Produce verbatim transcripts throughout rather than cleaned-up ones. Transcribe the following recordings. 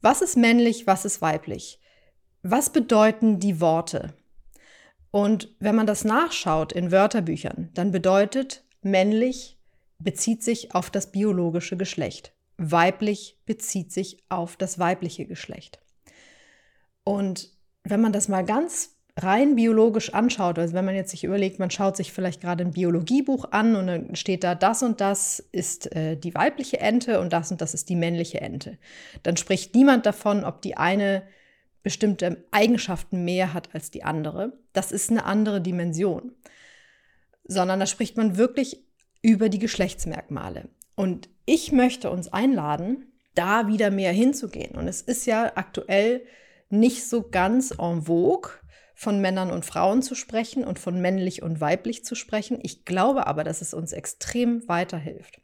Was ist männlich, was ist weiblich? Was bedeuten die Worte? Und wenn man das nachschaut in Wörterbüchern, dann bedeutet männlich bezieht sich auf das biologische Geschlecht. Weiblich bezieht sich auf das weibliche Geschlecht. Und wenn man das mal ganz rein biologisch anschaut, also wenn man jetzt sich überlegt, man schaut sich vielleicht gerade ein Biologiebuch an und dann steht da, das und das ist äh, die weibliche Ente und das und das ist die männliche Ente. Dann spricht niemand davon, ob die eine bestimmte Eigenschaften mehr hat als die andere. Das ist eine andere Dimension. Sondern da spricht man wirklich über die Geschlechtsmerkmale. Und ich möchte uns einladen, da wieder mehr hinzugehen. Und es ist ja aktuell nicht so ganz en vogue, von Männern und Frauen zu sprechen und von männlich und weiblich zu sprechen. Ich glaube aber, dass es uns extrem weiterhilft.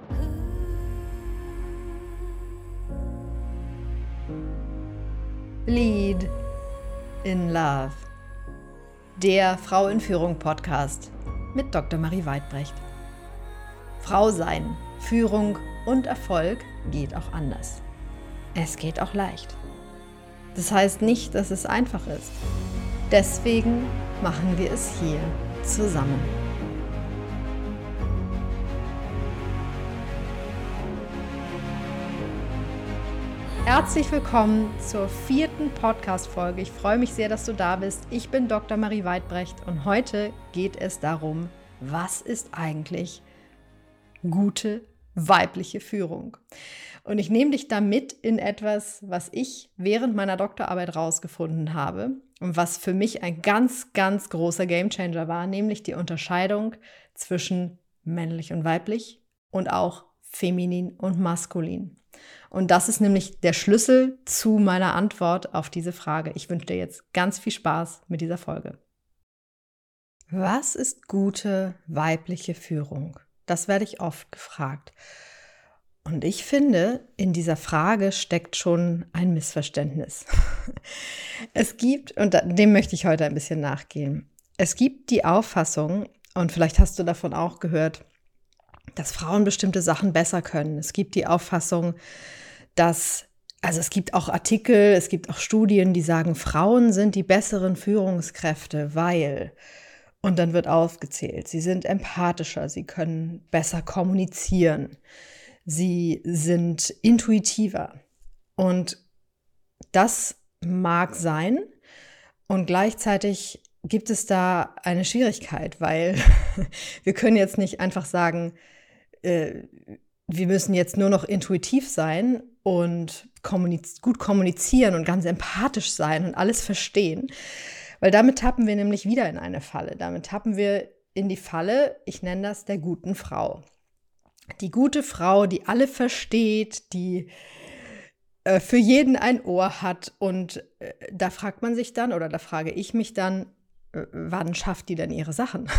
Lead in Love. Der Frau in Führung Podcast mit Doktor Marie Weidbrecht. Frau sein, Führung und Erfolg geht auch anders. Es geht auch leicht. Das heißt nicht, dass es einfach ist. Deswegen machen wir es hier zusammen. Herzlich willkommen zur vierten Podcast-Folge. Ich freue mich sehr, dass du da bist. Ich bin Doktor Marie Weidbrecht und heute geht es darum, was ist eigentlich gute weibliche Führung? Und ich nehme dich da mit in etwas, was ich während meiner Doktorarbeit rausgefunden habe und was für mich ein ganz, ganz großer Gamechanger war, nämlich die Unterscheidung zwischen männlich und weiblich und auch feminin und maskulin. Und das ist nämlich der Schlüssel zu meiner Antwort auf diese Frage. Ich wünsche dir jetzt ganz viel Spaß mit dieser Folge. Was ist gute weibliche Führung? Das werde ich oft gefragt. Und ich finde, in dieser Frage steckt schon ein Missverständnis. Es gibt, und dem möchte ich heute ein bisschen nachgehen, es gibt die Auffassung, und vielleicht hast du davon auch gehört, dass Frauen bestimmte Sachen besser können. Es gibt die Auffassung, dass, also es gibt auch Artikel, es gibt auch Studien, die sagen, Frauen sind die besseren Führungskräfte, weil, und dann wird aufgezählt, sie sind empathischer, sie können besser kommunizieren. Sie sind intuitiver und das mag sein und gleichzeitig gibt es da eine Schwierigkeit, weil wir können jetzt nicht einfach sagen, äh, wir müssen jetzt nur noch intuitiv sein und kommuniz- gut kommunizieren und ganz empathisch sein und alles verstehen, weil damit tappen wir nämlich wieder in eine Falle. Damit tappen wir in die Falle, ich nenne das der guten Frau. Die gute Frau, die alle versteht, die äh, für jeden ein Ohr hat. Und äh, da fragt man sich dann, oder da frage ich mich dann, äh, wann schafft die denn ihre Sachen?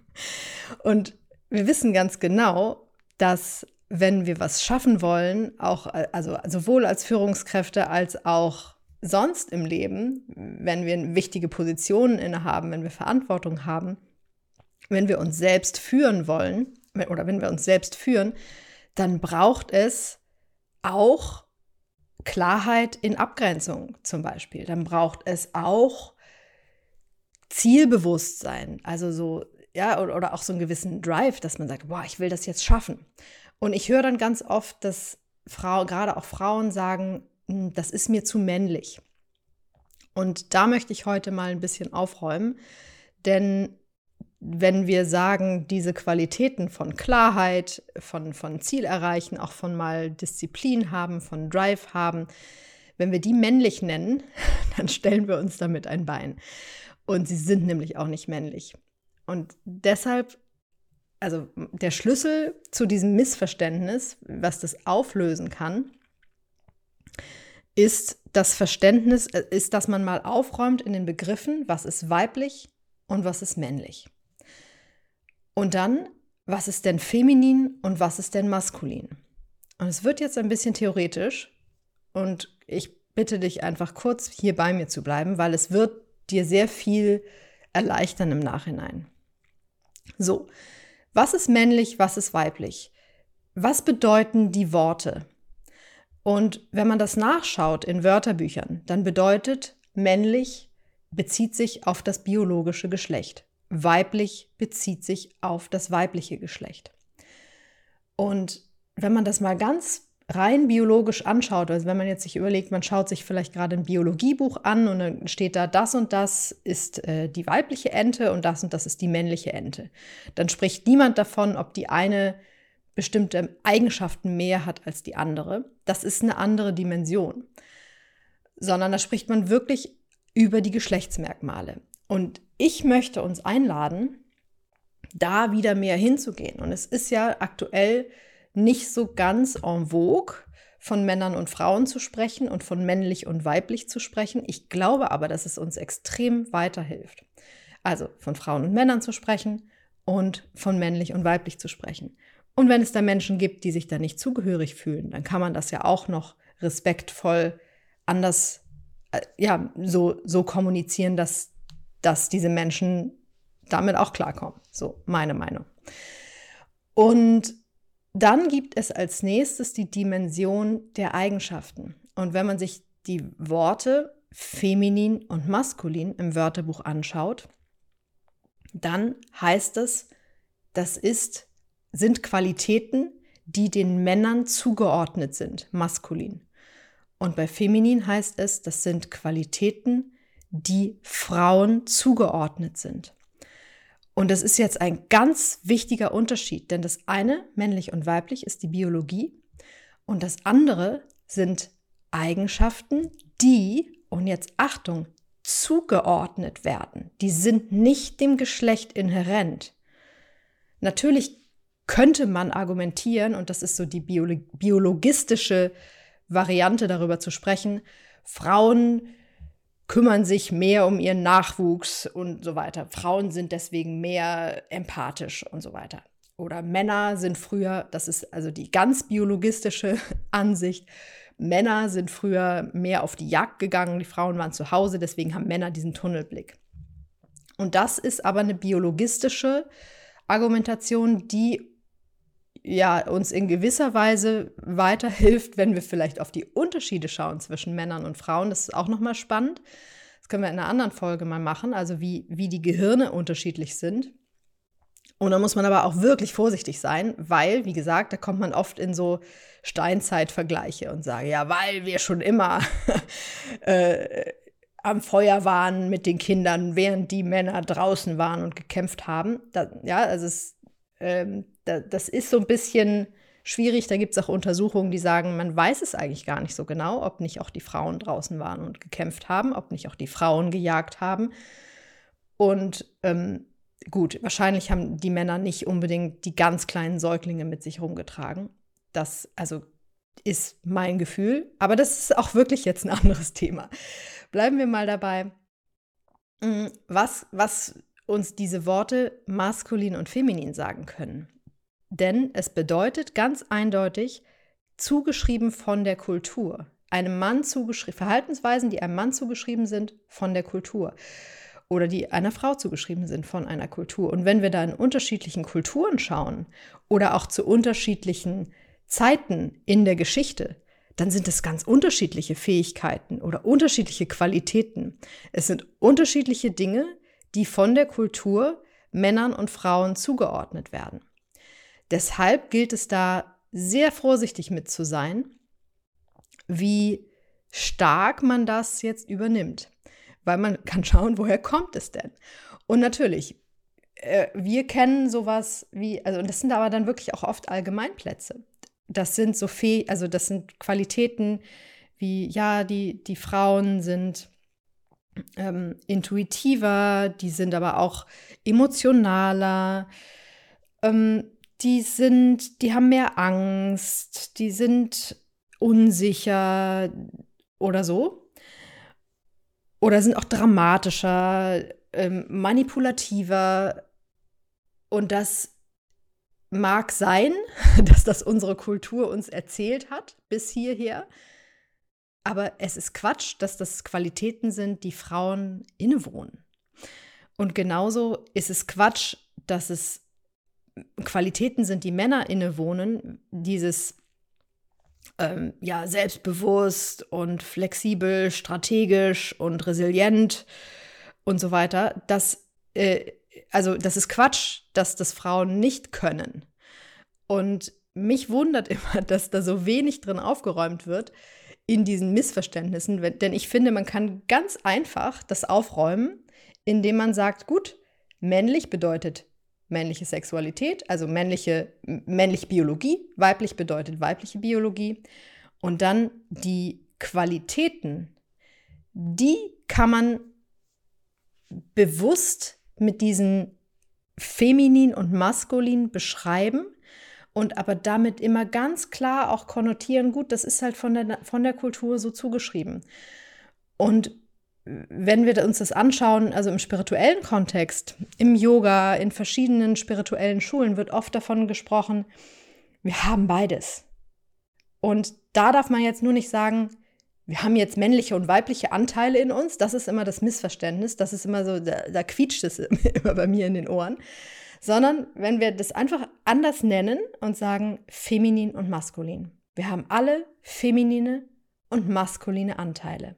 Und wir wissen ganz genau, dass wenn wir was schaffen wollen, auch also sowohl als Führungskräfte als auch sonst im Leben, wenn wir wichtige Positionen innehaben, wenn wir Verantwortung haben, wenn wir uns selbst führen wollen, oder wenn wir uns selbst führen, dann braucht es auch Klarheit in Abgrenzung zum Beispiel. Dann braucht es auch Zielbewusstsein, also so, ja, oder, oder auch so einen gewissen Drive, dass man sagt, boah, ich will das jetzt schaffen. Und ich höre dann ganz oft, dass Frau, gerade auch Frauen sagen, das ist mir zu männlich. Und da möchte ich heute mal ein bisschen aufräumen, denn wenn wir sagen, diese Qualitäten von Klarheit, von, von Ziel erreichen, auch von mal Disziplin haben, von Drive haben, wenn wir die männlich nennen, dann stellen wir uns damit ein Bein. Und sie sind nämlich auch nicht männlich. Und deshalb, also der Schlüssel zu diesem Missverständnis, was das auflösen kann, ist das Verständnis, ist, dass man mal aufräumt in den Begriffen, was ist weiblich und was ist männlich. Und dann, was ist denn feminin und was ist denn maskulin? Und es wird jetzt ein bisschen theoretisch und ich bitte dich einfach kurz hier bei mir zu bleiben, weil es wird dir sehr viel erleichtern im Nachhinein. So, was ist männlich, was ist weiblich? Was bedeuten die Worte? Und wenn man das nachschaut in Wörterbüchern, dann bedeutet männlich bezieht sich auf das biologische Geschlecht. Weiblich bezieht sich auf das weibliche Geschlecht. Und wenn man das mal ganz rein biologisch anschaut, also wenn man jetzt sich überlegt, man schaut sich vielleicht gerade ein Biologiebuch an und dann steht da, das und das ist äh, die weibliche Ente und das und das ist die männliche Ente. Dann spricht niemand davon, ob die eine bestimmte Eigenschaften mehr hat als die andere. Das ist eine andere Dimension. Sondern da spricht man wirklich über die Geschlechtsmerkmale. Und ich möchte uns einladen, da wieder mehr hinzugehen. Und es ist ja aktuell nicht so ganz en vogue, von Männern und Frauen zu sprechen und von männlich und weiblich zu sprechen. Ich glaube aber, dass es uns extrem weiterhilft. Also von Frauen und Männern zu sprechen und von männlich und weiblich zu sprechen. Und wenn es da Menschen gibt, die sich da nicht zugehörig fühlen, dann kann man das ja auch noch respektvoll anders ja, so, so kommunizieren, dass, dass diese Menschen damit auch klarkommen. So meine Meinung. Und dann gibt es als nächstes die Dimension der Eigenschaften. Und wenn man sich die Worte feminin und maskulin im Wörterbuch anschaut, dann heißt es, das ist, sind Qualitäten, die den Männern zugeordnet sind, maskulin. Und bei feminin heißt es, das sind Qualitäten, die Frauen zugeordnet sind. Und das ist jetzt ein ganz wichtiger Unterschied, denn das eine, männlich und weiblich, ist die Biologie und das andere sind Eigenschaften, die, und jetzt Achtung, zugeordnet werden. Die sind nicht dem Geschlecht inhärent. Natürlich könnte man argumentieren, und das ist so die biolo- biologistische Variante darüber zu sprechen, Frauen kümmern sich mehr um ihren Nachwuchs und so weiter. Frauen sind deswegen mehr empathisch und so weiter. Oder Männer sind früher, das ist also die ganz biologistische Ansicht, Männer sind früher mehr auf die Jagd gegangen, die Frauen waren zu Hause, deswegen haben Männer diesen Tunnelblick. Und das ist aber eine biologistische Argumentation, die ja, uns in gewisser Weise weiterhilft, wenn wir vielleicht auf die Unterschiede schauen zwischen Männern und Frauen. Das ist auch nochmal spannend. Das können wir in einer anderen Folge mal machen, also wie, wie die Gehirne unterschiedlich sind. Und da muss man aber auch wirklich vorsichtig sein, weil, wie gesagt, da kommt man oft in so Steinzeitvergleiche und sagt, ja, weil wir schon immer äh, am Feuer waren mit den Kindern, während die Männer draußen waren und gekämpft haben. Da, ja, also es ähm, da, das ist so ein bisschen schwierig. Da gibt es auch Untersuchungen, die sagen, man weiß es eigentlich gar nicht so genau, ob nicht auch die Frauen draußen waren und gekämpft haben, ob nicht auch die Frauen gejagt haben. Und ähm, gut, wahrscheinlich haben die Männer nicht unbedingt die ganz kleinen Säuglinge mit sich rumgetragen. Das also ist mein Gefühl. Aber das ist auch wirklich jetzt ein anderes Thema. Bleiben wir mal dabei, was, was uns diese Worte maskulin und feminin sagen können. Denn es bedeutet ganz eindeutig, zugeschrieben von der Kultur. Einem Mann zugeschrieben, Verhaltensweisen, die einem Mann zugeschrieben sind, von der Kultur. Oder die einer Frau zugeschrieben sind, von einer Kultur. Und wenn wir da in unterschiedlichen Kulturen schauen oder auch zu unterschiedlichen Zeiten in der Geschichte, dann sind es ganz unterschiedliche Fähigkeiten oder unterschiedliche Qualitäten. Es sind unterschiedliche Dinge, die von der Kultur Männern und Frauen zugeordnet werden. Deshalb gilt es da sehr vorsichtig mit zu sein, wie stark man das jetzt übernimmt. Weil man kann schauen, woher kommt es denn? Und natürlich, äh, wir kennen sowas wie, also das sind aber dann wirklich auch oft Allgemeinplätze. Das sind so Fäh- also das sind Qualitäten wie, ja, die, die Frauen sind ähm, intuitiver, die sind aber auch emotionaler, ähm, die sind, die haben mehr Angst, die sind unsicher oder so. Oder sind auch dramatischer, ähm, manipulativer. Und das mag sein, dass das unsere Kultur uns erzählt hat, bis hierher. Aber es ist Quatsch, dass das Qualitäten sind, die Frauen innewohnen. Und genauso ist es Quatsch, dass es Qualitäten sind, die Männer innewohnen. Dieses ähm, ja, selbstbewusst und flexibel, strategisch und resilient und so weiter. Das, äh, also das ist Quatsch, dass das Frauen nicht können. Und mich wundert immer, dass da so wenig drin aufgeräumt wird in diesen Missverständnissen. Denn ich finde, man kann ganz einfach das aufräumen, indem man sagt, gut, männlich bedeutet männliche Sexualität, also männliche, männliche Biologie, weiblich bedeutet weibliche Biologie. Und dann die Qualitäten, die kann man bewusst mit diesen feminin und maskulin beschreiben und aber damit immer ganz klar auch konnotieren, gut, das ist halt von der, von der Kultur so zugeschrieben. Und wenn wir uns das anschauen, also im spirituellen Kontext, im Yoga, in verschiedenen spirituellen Schulen wird oft davon gesprochen, wir haben beides. Und da darf man jetzt nur nicht sagen, wir haben jetzt männliche und weibliche Anteile in uns. Das ist immer das Missverständnis. Das ist immer so, da, da quietscht es immer bei mir in den Ohren. Sondern wenn wir das einfach anders nennen und sagen, feminin und maskulin. Wir haben alle feminine und maskuline Anteile.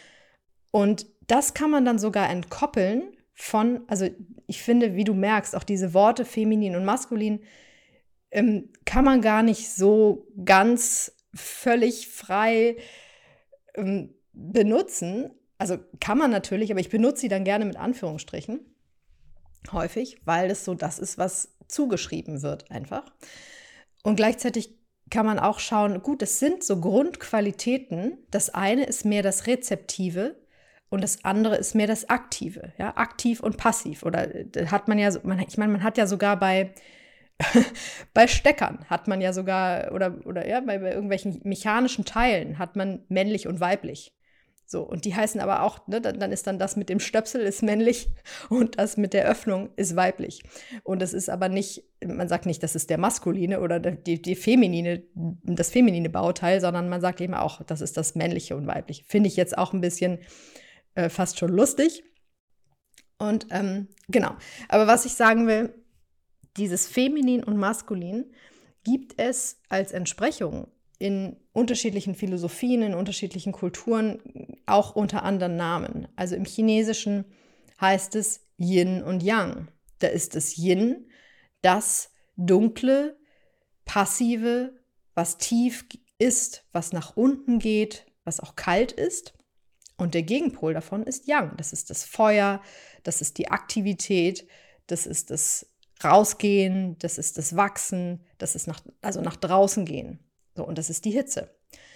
Und das kann man dann sogar entkoppeln von, also ich finde, wie du merkst, auch diese Worte feminin und maskulin ähm, kann man gar nicht so ganz völlig frei ähm, benutzen. Also kann man natürlich, aber ich benutze sie dann gerne mit Anführungsstrichen, häufig, weil das so das ist, was zugeschrieben wird einfach. Und gleichzeitig kann man auch schauen, gut, es sind so Grundqualitäten. Das eine ist mehr das Rezeptive, und das andere ist mehr das Aktive, ja, aktiv und passiv. Oder hat man ja, man, ich meine, man hat ja sogar bei, bei Steckern hat man ja sogar, oder, oder ja, bei, bei irgendwelchen mechanischen Teilen hat man männlich und weiblich. So, und die heißen aber auch, ne, dann, dann ist dann das mit dem Stöpsel ist männlich und das mit der Öffnung ist weiblich. Und das ist aber nicht, man sagt nicht, das ist der maskuline oder die, die feminine, das feminine Bauteil, sondern man sagt eben auch, das ist das männliche und weibliche. Finde ich jetzt auch ein bisschen äh, fast schon lustig. Und ähm, genau, aber was ich sagen will, dieses Feminin und Maskulin gibt es als Entsprechung in unterschiedlichen Philosophien, in unterschiedlichen Kulturen, auch unter anderen Namen. Also im Chinesischen heißt es Yin und Yang. Da ist das Yin, das dunkle, passive, was tief ist, was nach unten geht, was auch kalt ist. Und der Gegenpol davon ist Yang. Das ist das Feuer, das ist die Aktivität, das ist das Rausgehen, das ist das Wachsen, das ist nach, also nach draußen gehen. So, und das ist die Hitze.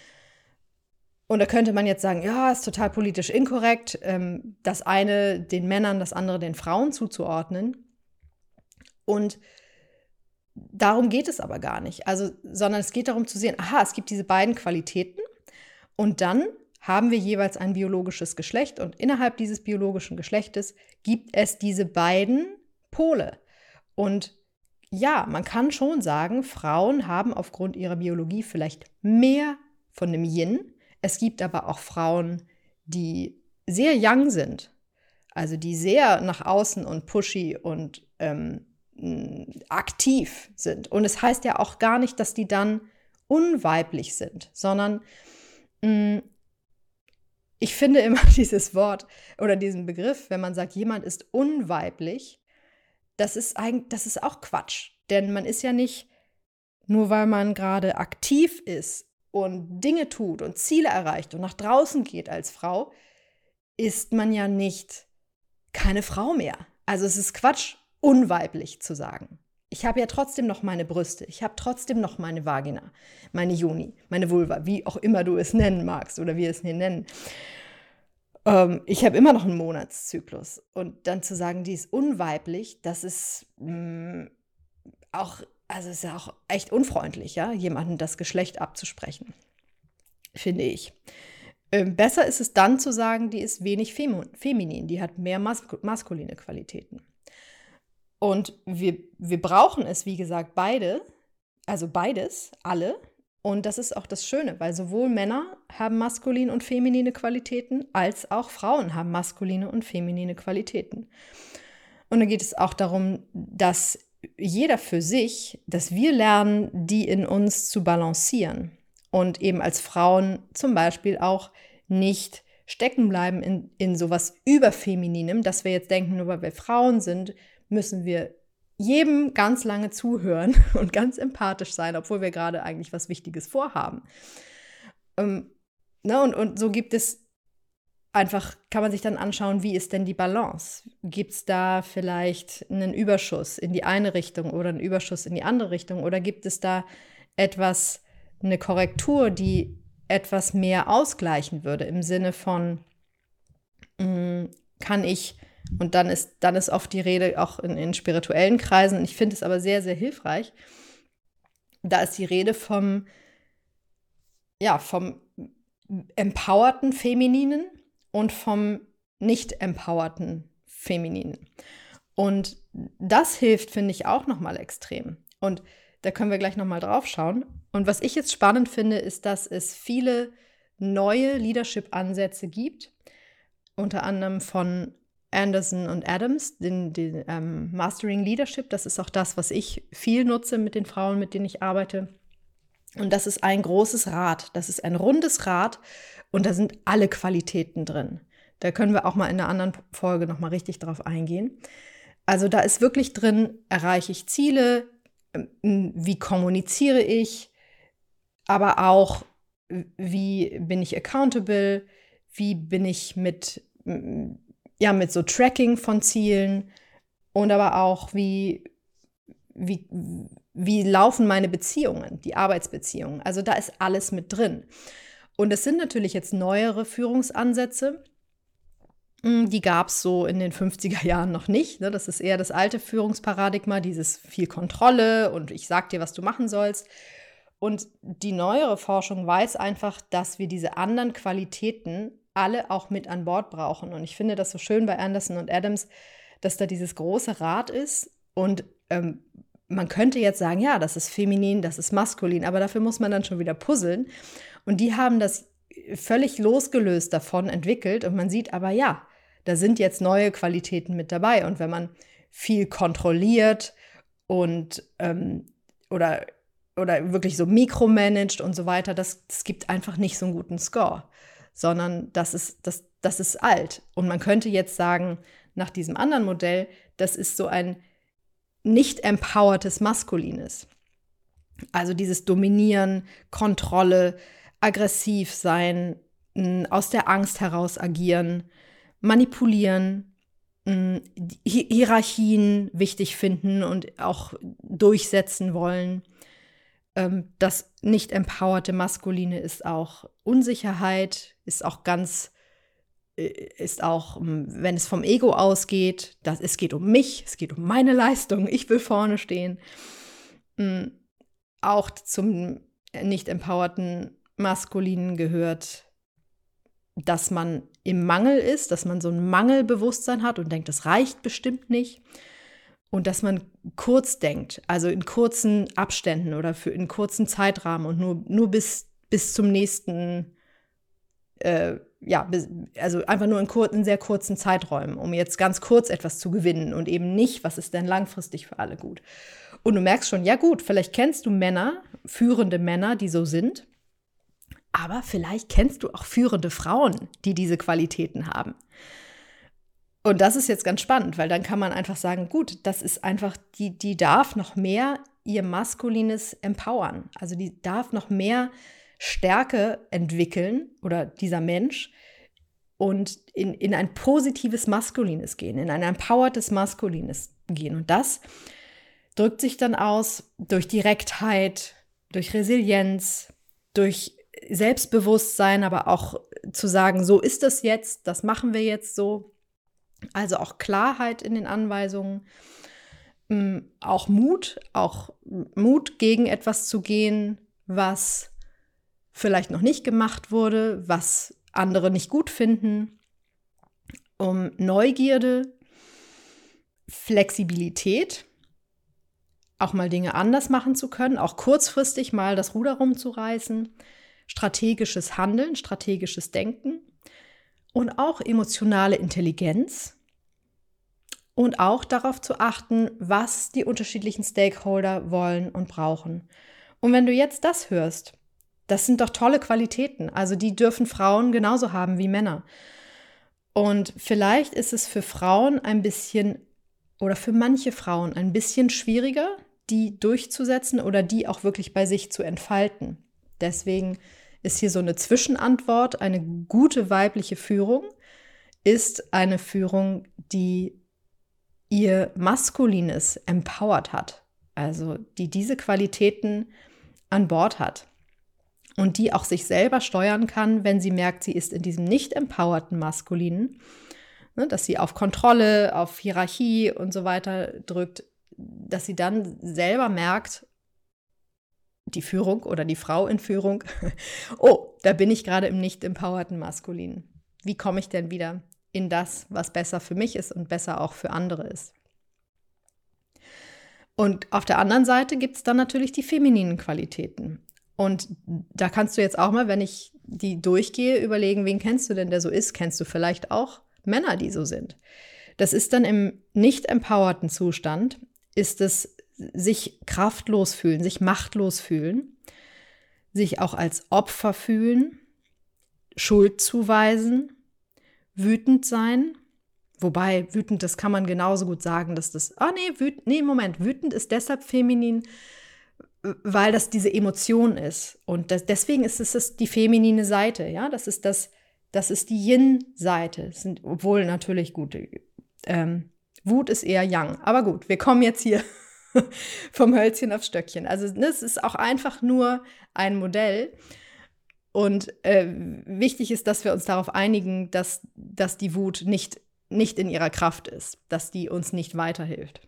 Und da könnte man jetzt sagen, ja, ist total politisch inkorrekt, ähm, das eine den Männern, das andere den Frauen zuzuordnen. Und darum geht es aber gar nicht. Also, sondern es geht darum zu sehen, aha, es gibt diese beiden Qualitäten und dann haben wir jeweils ein biologisches Geschlecht und innerhalb dieses biologischen Geschlechtes gibt es diese beiden Pole. Und ja, man kann schon sagen, Frauen haben aufgrund ihrer Biologie vielleicht mehr von dem Yin. Es gibt aber auch Frauen, die sehr young sind, also die sehr nach außen und pushy und ähm, aktiv sind. Und es heißt ja auch gar nicht, dass die dann unweiblich sind, sondern mh, ich finde immer dieses Wort oder diesen Begriff, wenn man sagt, jemand ist unweiblich, das ist eigentlich, das ist auch Quatsch. Denn man ist ja nicht, nur weil man gerade aktiv ist und Dinge tut und Ziele erreicht und nach draußen geht als Frau, ist man ja nicht keine Frau mehr. Also es ist Quatsch, unweiblich zu sagen. Ich habe ja trotzdem noch meine Brüste, ich habe trotzdem noch meine Vagina, meine Joni, meine Vulva, wie auch immer du es nennen magst oder wir es hier nennen. Ähm, ich habe immer noch einen Monatszyklus. Und dann zu sagen, die ist unweiblich, das ist mh, auch, also ist ja auch echt unfreundlich, ja, jemandem das Geschlecht abzusprechen, finde ich. Ähm, besser ist es dann zu sagen, die ist wenig fem- feminin, die hat mehr mas- maskuline Qualitäten. Und wir, wir brauchen es, wie gesagt, beide, also beides, alle. Und das ist auch das Schöne, weil sowohl Männer haben maskuline und feminine Qualitäten, als auch Frauen haben maskuline und feminine Qualitäten. Und dann geht es auch darum, dass jeder für sich, dass wir lernen, die in uns zu balancieren. und eben als Frauen zum Beispiel auch nicht stecken bleiben in, in sowas Überfemininem, dass wir jetzt denken, nur weil wir Frauen sind, müssen wir jedem ganz lange zuhören und ganz empathisch sein, obwohl wir gerade eigentlich was Wichtiges vorhaben. Ähm, ne, und, und so gibt es einfach, kann man sich dann anschauen, wie ist denn die Balance? Gibt es da vielleicht einen Überschuss in die eine Richtung oder einen Überschuss in die andere Richtung? Oder gibt es da etwas, eine Korrektur, die etwas mehr ausgleichen würde, im Sinne von, mh, kann ich, und dann ist, dann ist oft die Rede auch in, in spirituellen Kreisen, und ich finde es aber sehr, sehr hilfreich, da ist die Rede vom, ja, vom empowerten Femininen und vom nicht empowerten Femininen. Und das hilft, finde ich, auch nochmal extrem. Und da können wir gleich nochmal drauf schauen. Und was ich jetzt spannend finde, ist, dass es viele neue Leadership-Ansätze gibt, unter anderem von Anderson und Adams, den, den ähm, Mastering Leadership. Das ist auch das, was ich viel nutze mit den Frauen, mit denen ich arbeite. Und das ist ein großes Rad. Das ist ein rundes Rad und da sind alle Qualitäten drin. Da können wir auch mal in einer anderen Folge nochmal richtig drauf eingehen. Also da ist wirklich drin, erreiche ich Ziele, wie kommuniziere ich, aber auch, wie bin ich accountable, wie bin ich mit, ja, mit so Tracking von Zielen und aber auch, wie, wie, wie laufen meine Beziehungen, die Arbeitsbeziehungen. Also da ist alles mit drin. Und es sind natürlich jetzt neuere Führungsansätze, die gab es so in den fünfziger Jahren noch nicht. Ne? Das ist eher das alte Führungsparadigma, dieses viel Kontrolle und ich sag dir, was du machen sollst. Und die neuere Forschung weiß einfach, dass wir diese anderen Qualitäten alle auch mit an Bord brauchen. Und ich finde das so schön bei Anderson und Adams, dass da dieses große Rad ist. Und ähm, man könnte jetzt sagen, ja, das ist feminin, das ist maskulin, aber dafür muss man dann schon wieder puzzeln. Und die haben das völlig losgelöst davon entwickelt. Und man sieht aber, ja, da sind jetzt neue Qualitäten mit dabei. Und wenn man viel kontrolliert und ähm, oder, oder wirklich so mikromanagt und so weiter, das, das gibt einfach nicht so einen guten Score, sondern das ist, das, das ist alt. Und man könnte jetzt sagen, nach diesem anderen Modell, das ist so ein nicht empowertes Maskulines. Also dieses Dominieren, Kontrolle, aggressiv sein, aus der Angst heraus agieren, manipulieren, Hierarchien wichtig finden und auch durchsetzen wollen. Das nicht empowerte Maskuline ist auch Unsicherheit, ist auch ganz, ist auch, wenn es vom Ego ausgeht, das, es geht um mich, es geht um meine Leistung, ich will vorne stehen. Auch zum nicht empowerten Maskulinen gehört, dass man im Mangel ist, dass man so ein Mangelbewusstsein hat und denkt, das reicht bestimmt nicht. Und dass man kurz denkt, also in kurzen Abständen oder für in kurzen Zeitrahmen und nur, nur bis, bis zum nächsten, äh, ja, bis, also einfach nur in, kur- in sehr kurzen Zeiträumen, um jetzt ganz kurz etwas zu gewinnen und eben nicht, was ist denn langfristig für alle gut. Und du merkst schon, ja gut, vielleicht kennst du Männer, führende Männer, die so sind, aber vielleicht kennst du auch führende Frauen, die diese Qualitäten haben. Und das ist jetzt ganz spannend, weil dann kann man einfach sagen, gut, das ist einfach, die, die darf noch mehr ihr Maskulines empowern. Also die darf noch mehr Stärke entwickeln oder dieser Mensch und in, in ein positives Maskulines gehen, in ein empowertes Maskulines gehen. Und das drückt sich dann aus durch Direktheit, durch Resilienz, durch Selbstbewusstsein, aber auch zu sagen, so ist es jetzt, das machen wir jetzt so. Also auch Klarheit in den Anweisungen, auch Mut, auch Mut gegen etwas zu gehen, was vielleicht noch nicht gemacht wurde, was andere nicht gut finden, um Neugierde, Flexibilität, auch mal Dinge anders machen zu können, auch kurzfristig mal das Ruder rumzureißen, strategisches Handeln, strategisches Denken. Und auch emotionale Intelligenz und auch darauf zu achten, was die unterschiedlichen Stakeholder wollen und brauchen. Und wenn du jetzt das hörst, das sind doch tolle Qualitäten. Also die dürfen Frauen genauso haben wie Männer. Und vielleicht ist es für Frauen ein bisschen oder für manche Frauen ein bisschen schwieriger, die durchzusetzen oder die auch wirklich bei sich zu entfalten. Deswegen ist hier so eine Zwischenantwort. Eine gute weibliche Führung ist eine Führung, die ihr Maskulines empowert hat. Also die diese Qualitäten an Bord hat. Und die auch sich selber steuern kann, wenn sie merkt, sie ist in diesem nicht empowerten Maskulinen, ne, dass sie auf Kontrolle, auf Hierarchie und so weiter drückt, dass sie dann selber merkt, die Führung oder die Frau in Führung, oh, da bin ich gerade im nicht empowerten Maskulinen. Wie komme ich denn wieder in das, was besser für mich ist und besser auch für andere ist? Und auf der anderen Seite gibt es dann natürlich die femininen Qualitäten. Und da kannst du jetzt auch mal, wenn ich die durchgehe, überlegen, wen kennst du denn, der so ist? Kennst du vielleicht auch Männer, die so sind? Das ist dann im nicht empowerten Zustand, ist es sich kraftlos fühlen, sich machtlos fühlen, sich auch als Opfer fühlen, Schuld zuweisen, wütend sein. Wobei wütend, das kann man genauso gut sagen, dass das, ah nee, wütend, nee, Moment, wütend ist deshalb feminin, weil das diese Emotion ist. Und das, deswegen ist es das die feminine Seite, ja, das ist das, das ist die Yin-Seite. Sind, obwohl natürlich gut, ähm, Wut ist eher Yang. Aber gut, wir kommen jetzt hier vom Hölzchen aufs Stöckchen. Also es ist auch einfach nur ein Modell. Und äh, wichtig ist, dass wir uns darauf einigen, dass, dass die Wut nicht, nicht in ihrer Kraft ist, dass die uns nicht weiterhilft.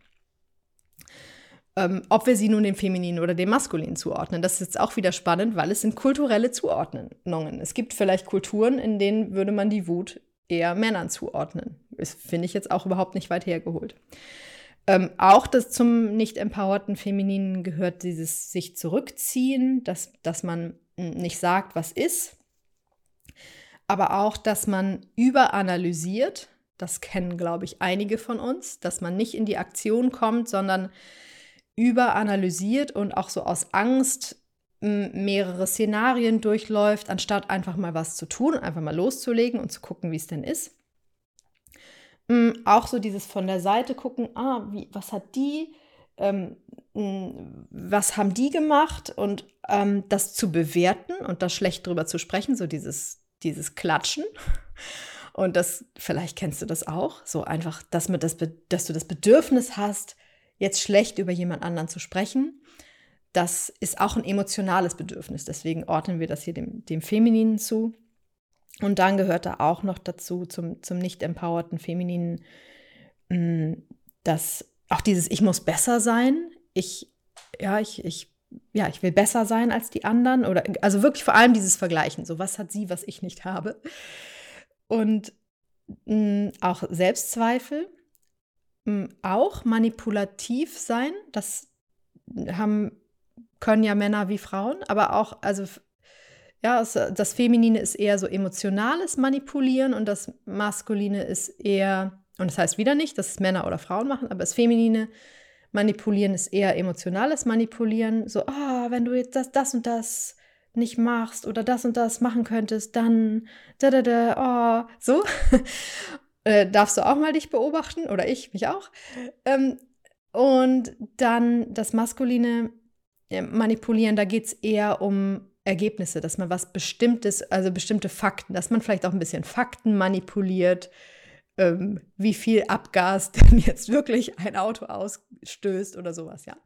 Ähm, ob wir sie nun dem Femininen oder dem Maskulinen zuordnen, das ist jetzt auch wieder spannend, weil es sind kulturelle Zuordnungen. Es gibt vielleicht Kulturen, in denen würde man die Wut eher Männern zuordnen. Das finde ich jetzt auch überhaupt nicht weit hergeholt. Ähm, auch das zum nicht empowerten Femininen gehört dieses sich zurückziehen, dass, dass man nicht sagt, was ist, aber auch, dass man überanalysiert. Das kennen, glaube ich, einige von uns, dass man nicht in die Aktion kommt, sondern überanalysiert und auch so aus Angst mehrere Szenarien durchläuft, anstatt einfach mal was zu tun und einfach mal loszulegen und zu gucken, wie es denn ist. Auch so dieses von der Seite gucken, ah, wie, was hat die, ähm, was haben die gemacht und ähm, das zu bewerten und da schlecht drüber zu sprechen, so dieses, dieses Klatschen. Und das, vielleicht kennst du das auch, so einfach, dass, man das, dass du das Bedürfnis hast, jetzt schlecht über jemand anderen zu sprechen. Das ist auch ein emotionales Bedürfnis, deswegen ordnen wir das hier dem, dem Femininen zu. Und dann gehört da auch noch dazu, zum, zum nicht empowerten Femininen, dass auch dieses Ich muss besser sein, ich, ja, ich, ich, ja, ich will besser sein als die anderen, oder also wirklich vor allem dieses Vergleichen, so was hat sie, was ich nicht habe. Und mh, auch Selbstzweifel, mh, auch manipulativ sein, das haben, können ja Männer wie Frauen, aber auch, also ja, das Feminine ist eher so emotionales Manipulieren und das Maskuline ist eher, und das heißt wieder nicht, dass es Männer oder Frauen machen, aber das Feminine Manipulieren ist eher emotionales Manipulieren. So, ah, oh, wenn du jetzt das, das und das nicht machst oder das und das machen könntest, dann da, da, da, oh, so. äh, darfst du auch mal dich beobachten oder ich, mich auch. Ähm, und dann das maskuline äh, Manipulieren, da geht es eher um Ergebnisse, dass man was Bestimmtes, also bestimmte Fakten, dass man vielleicht auch ein bisschen Fakten manipuliert, ähm, wie viel Abgas denn jetzt wirklich ein Auto ausstößt oder sowas, ja.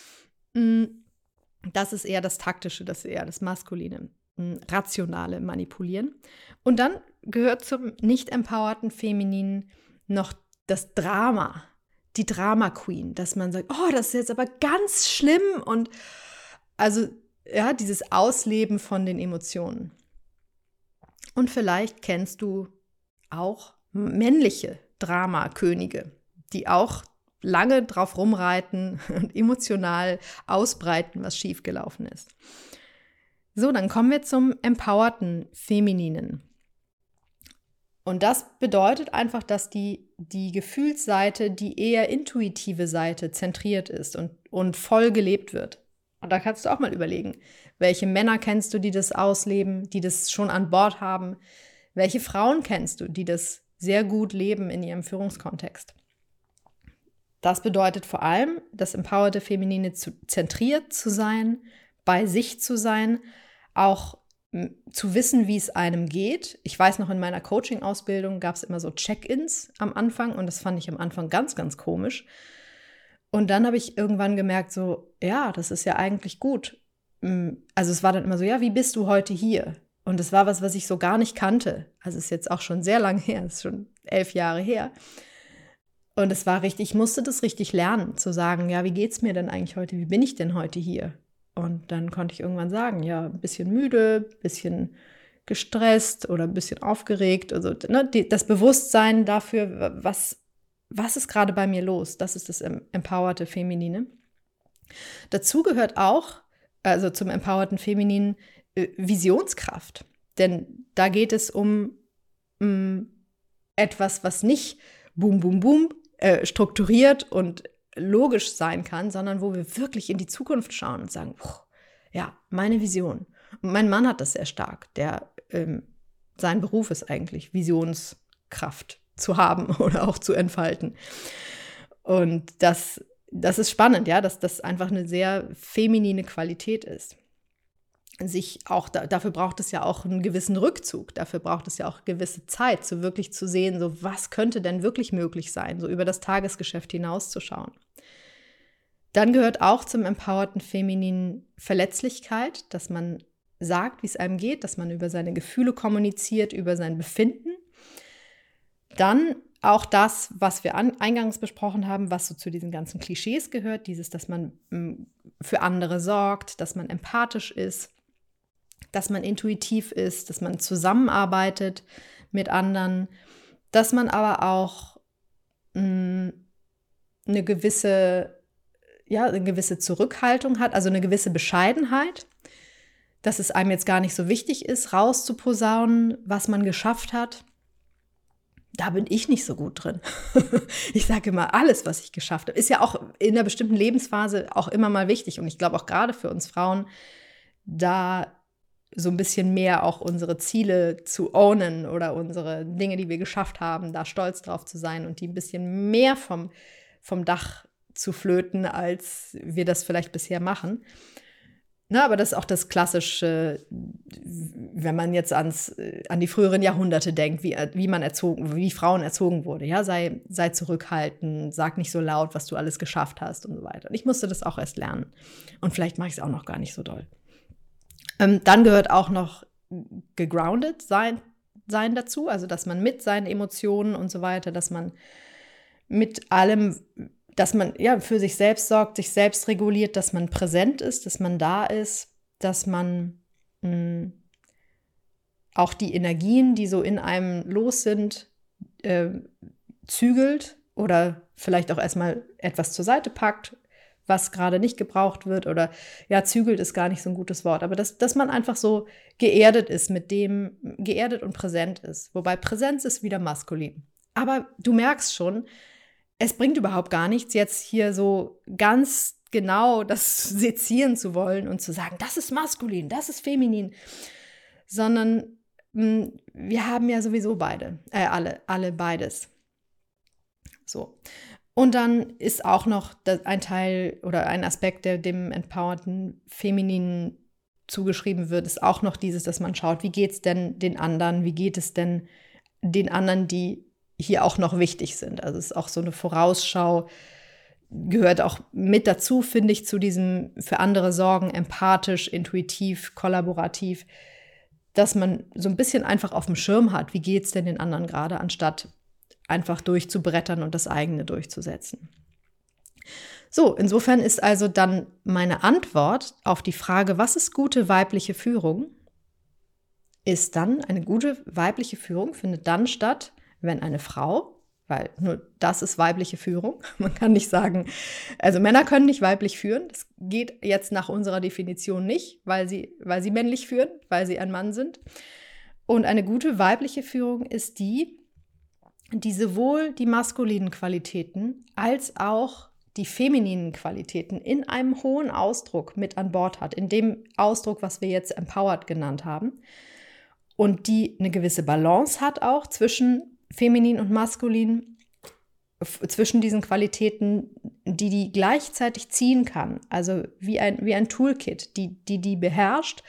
Das ist eher das Taktische, das ist eher das Maskuline, rationale Manipulieren. Und dann gehört zum nicht empowerten Femininen noch das Drama, die Drama Queen, dass man sagt, oh, das ist jetzt aber ganz schlimm und also ja, dieses Ausleben von den Emotionen. Und vielleicht kennst du auch männliche Dramakönige, die auch lange drauf rumreiten und emotional ausbreiten, was schiefgelaufen ist. So, dann kommen wir zum empowerten Femininen. Und das bedeutet einfach, dass die, die Gefühlsseite, die eher intuitive Seite zentriert ist und, und voll gelebt wird. Und da kannst du auch mal überlegen, welche Männer kennst du, die das ausleben, die das schon an Bord haben? Welche Frauen kennst du, die das sehr gut leben in ihrem Führungskontext? Das bedeutet vor allem, das empowerte Feminine zu, zentriert zu sein, bei sich zu sein, auch m, zu wissen, wie es einem geht. Ich weiß noch, in meiner Coaching-Ausbildung gab es immer so Check-ins am Anfang und das fand ich am Anfang ganz, ganz komisch. Und dann habe ich irgendwann gemerkt, so, ja, das ist ja eigentlich gut. Also es war dann immer so, ja, wie bist du heute hier? Und das war was, was ich so gar nicht kannte. Also es ist jetzt auch schon sehr lange her, es ist schon elf Jahre her. Und es war richtig, ich musste das richtig lernen, zu sagen, ja, wie geht's mir denn eigentlich heute? Wie bin ich denn heute hier? Und dann konnte ich irgendwann sagen, ja, ein bisschen müde, ein bisschen gestresst oder ein bisschen aufgeregt. Also ne, die, das Bewusstsein dafür, was, was ist gerade bei mir los? Das ist das empowerte Feminine. Dazu gehört auch, also zum empowerten Femininen, äh, Visionskraft. Denn da geht es um mh, etwas, was nicht boom, boom, boom, äh, strukturiert und logisch sein kann, sondern wo wir wirklich in die Zukunft schauen und sagen, ja, meine Vision. Und mein Mann hat das sehr stark. Der, ähm, sein Beruf ist eigentlich, Visionskraft zu haben oder auch zu entfalten. Und das, das ist spannend, ja, dass das einfach eine sehr feminine Qualität ist. Sich auch, da, dafür braucht es ja auch einen gewissen Rückzug, dafür braucht es ja auch gewisse Zeit, so wirklich zu sehen, so was könnte denn wirklich möglich sein, so über das Tagesgeschäft hinauszuschauen. Dann gehört auch zum empowerten Femininen Verletzlichkeit, dass man sagt, wie es einem geht, dass man über seine Gefühle kommuniziert, über sein Befinden. Dann auch das, was wir an, eingangs besprochen haben, was so zu diesen ganzen Klischees gehört, dieses, dass man m, für andere sorgt, dass man empathisch ist, dass man intuitiv ist, dass man zusammenarbeitet mit anderen, dass man aber auch mh, eine gewisse, ja, eine gewisse Zurückhaltung hat, also eine gewisse Bescheidenheit, dass es einem jetzt gar nicht so wichtig ist, rauszuposaunen, was man geschafft hat. Da bin ich nicht so gut drin. Ich sage immer, alles, was ich geschafft habe, ist ja auch in einer bestimmten Lebensphase auch immer mal wichtig. Und ich glaube auch gerade für uns Frauen, da so ein bisschen mehr auch unsere Ziele zu ownen oder unsere Dinge, die wir geschafft haben, da stolz drauf zu sein und die ein bisschen mehr vom, vom Dach zu flöten, als wir das vielleicht bisher machen. Na, aber das ist auch das Klassische, wenn man jetzt ans, an die früheren Jahrhunderte denkt, wie, wie man erzogen, wie Frauen erzogen wurde. Ja, sei, sei zurückhaltend, sag nicht so laut, was du alles geschafft hast und so weiter. Und ich musste das auch erst lernen. Und vielleicht mache ich es auch noch gar nicht so doll. Ähm, dann gehört auch noch gegroundet sein, sein dazu, also dass man mit seinen Emotionen und so weiter, dass man mit allem, dass man ja für sich selbst sorgt, sich selbst reguliert, dass man präsent ist, dass man da ist, dass man mh, auch die Energien, die so in einem los sind, äh, zügelt oder vielleicht auch erstmal etwas zur Seite packt, was gerade nicht gebraucht wird oder ja, zügelt ist gar nicht so ein gutes Wort, aber dass, dass man einfach so geerdet ist mit dem, geerdet und präsent ist. Wobei Präsenz ist wieder maskulin. Aber du merkst schon, es bringt überhaupt gar nichts, jetzt hier so ganz genau das sezieren zu wollen und zu sagen, das ist maskulin, das ist feminin, sondern mh, wir haben ja sowieso beide, äh, alle, alle beides. So. Und dann ist auch noch ein Teil oder ein Aspekt, der dem empowerten Femininen zugeschrieben wird, ist auch noch dieses, dass man schaut, wie geht es denn den anderen, wie geht es denn den anderen, die hier auch noch wichtig sind. Also es ist auch so eine Vorausschau, gehört auch mit dazu, finde ich, zu diesem für andere sorgen, empathisch, intuitiv, kollaborativ, dass man so ein bisschen einfach auf dem Schirm hat, wie geht es denn den anderen gerade, anstatt einfach durchzubrettern und das eigene durchzusetzen. So, insofern ist also dann meine Antwort auf die Frage, was ist gute weibliche Führung, ist dann, eine gute weibliche Führung findet dann statt, wenn eine Frau, weil nur das ist weibliche Führung, man kann nicht sagen, also Männer können nicht weiblich führen, das geht jetzt nach unserer Definition nicht, weil sie, weil sie männlich führen, weil sie ein Mann sind. Und eine gute weibliche Führung ist die, die sowohl die maskulinen Qualitäten als auch die femininen Qualitäten in einem hohen Ausdruck mit an Bord hat, in dem Ausdruck, was wir jetzt empowered genannt haben, und die eine gewisse Balance hat auch zwischen feminin und maskulin, f- zwischen diesen Qualitäten, die die gleichzeitig ziehen kann, also wie ein, wie ein Toolkit, die, die die beherrscht,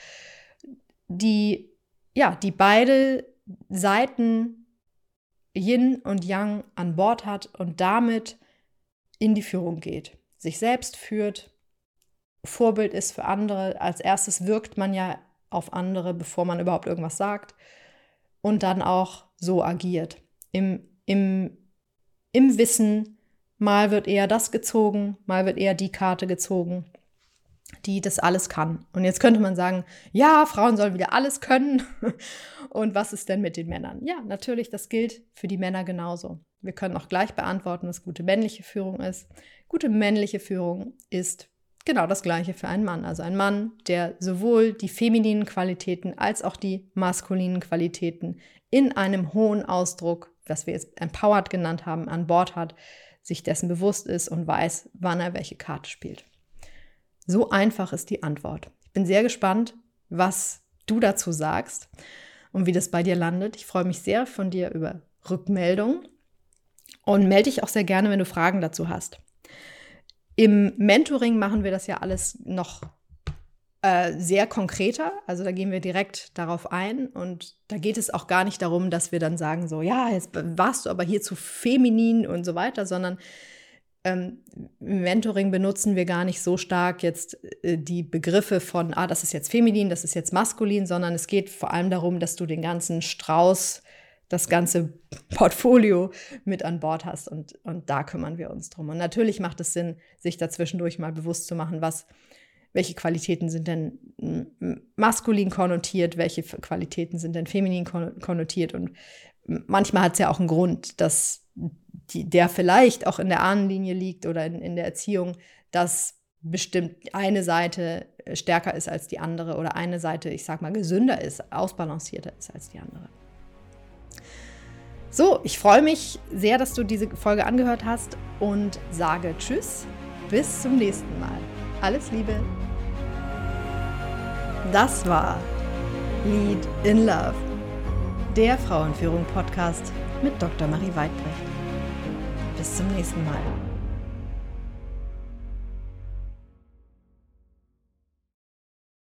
die, ja, die beide Seiten Yin und Yang an Bord hat und damit in die Führung geht, sich selbst führt, Vorbild ist für andere. Als erstes wirkt man ja auf andere, bevor man überhaupt irgendwas sagt, und dann auch so agiert. Im, im, im Wissen, mal wird eher das gezogen, mal wird eher die Karte gezogen, die das alles kann. Und jetzt könnte man sagen, ja, Frauen sollen wieder alles können. Und was ist denn mit den Männern? Ja, natürlich, das gilt für die Männer genauso. Wir können auch gleich beantworten, was gute männliche Führung ist. Gute männliche Führung ist genau das Gleiche für einen Mann. Also ein Mann, der sowohl die femininen Qualitäten als auch die maskulinen Qualitäten in einem hohen Ausdruck, was wir jetzt empowered genannt haben, an Bord hat, sich dessen bewusst ist und weiß, wann er welche Karte spielt. So einfach ist die Antwort. Ich bin sehr gespannt, was du dazu sagst und wie das bei dir landet. Ich freue mich sehr von dir über Rückmeldungen und melde dich auch sehr gerne, wenn du Fragen dazu hast. Im Mentoring machen wir das ja alles noch äh, sehr konkreter. Also da gehen wir direkt darauf ein und da geht es auch gar nicht darum, dass wir dann sagen so, ja, jetzt warst du aber hier zu feminin und so weiter, sondern Ähm, im Mentoring benutzen wir gar nicht so stark jetzt äh, die Begriffe von, ah, das ist jetzt feminin, das ist jetzt maskulin, sondern es geht vor allem darum, dass du den ganzen Strauß, das ganze Portfolio mit an Bord hast und, und da kümmern wir uns drum. Und natürlich macht es Sinn, sich dazwischendurch mal bewusst zu machen, was, welche Qualitäten sind denn maskulin konnotiert, welche Qualitäten sind denn feminin konnotiert, und manchmal hat es ja auch einen Grund, dass die, der vielleicht auch in der Ahnenlinie liegt oder in, in der Erziehung, dass bestimmt eine Seite stärker ist als die andere oder eine Seite, ich sag mal, gesünder ist, ausbalancierter ist als die andere. So, ich freue mich sehr, dass du diese Folge angehört hast und sage Tschüss, bis zum nächsten Mal. Alles Liebe. Das war Lead in Love, der Frauenführung-Podcast mit Doktor Marie Weidbrecht. Bis zum nächsten Mal.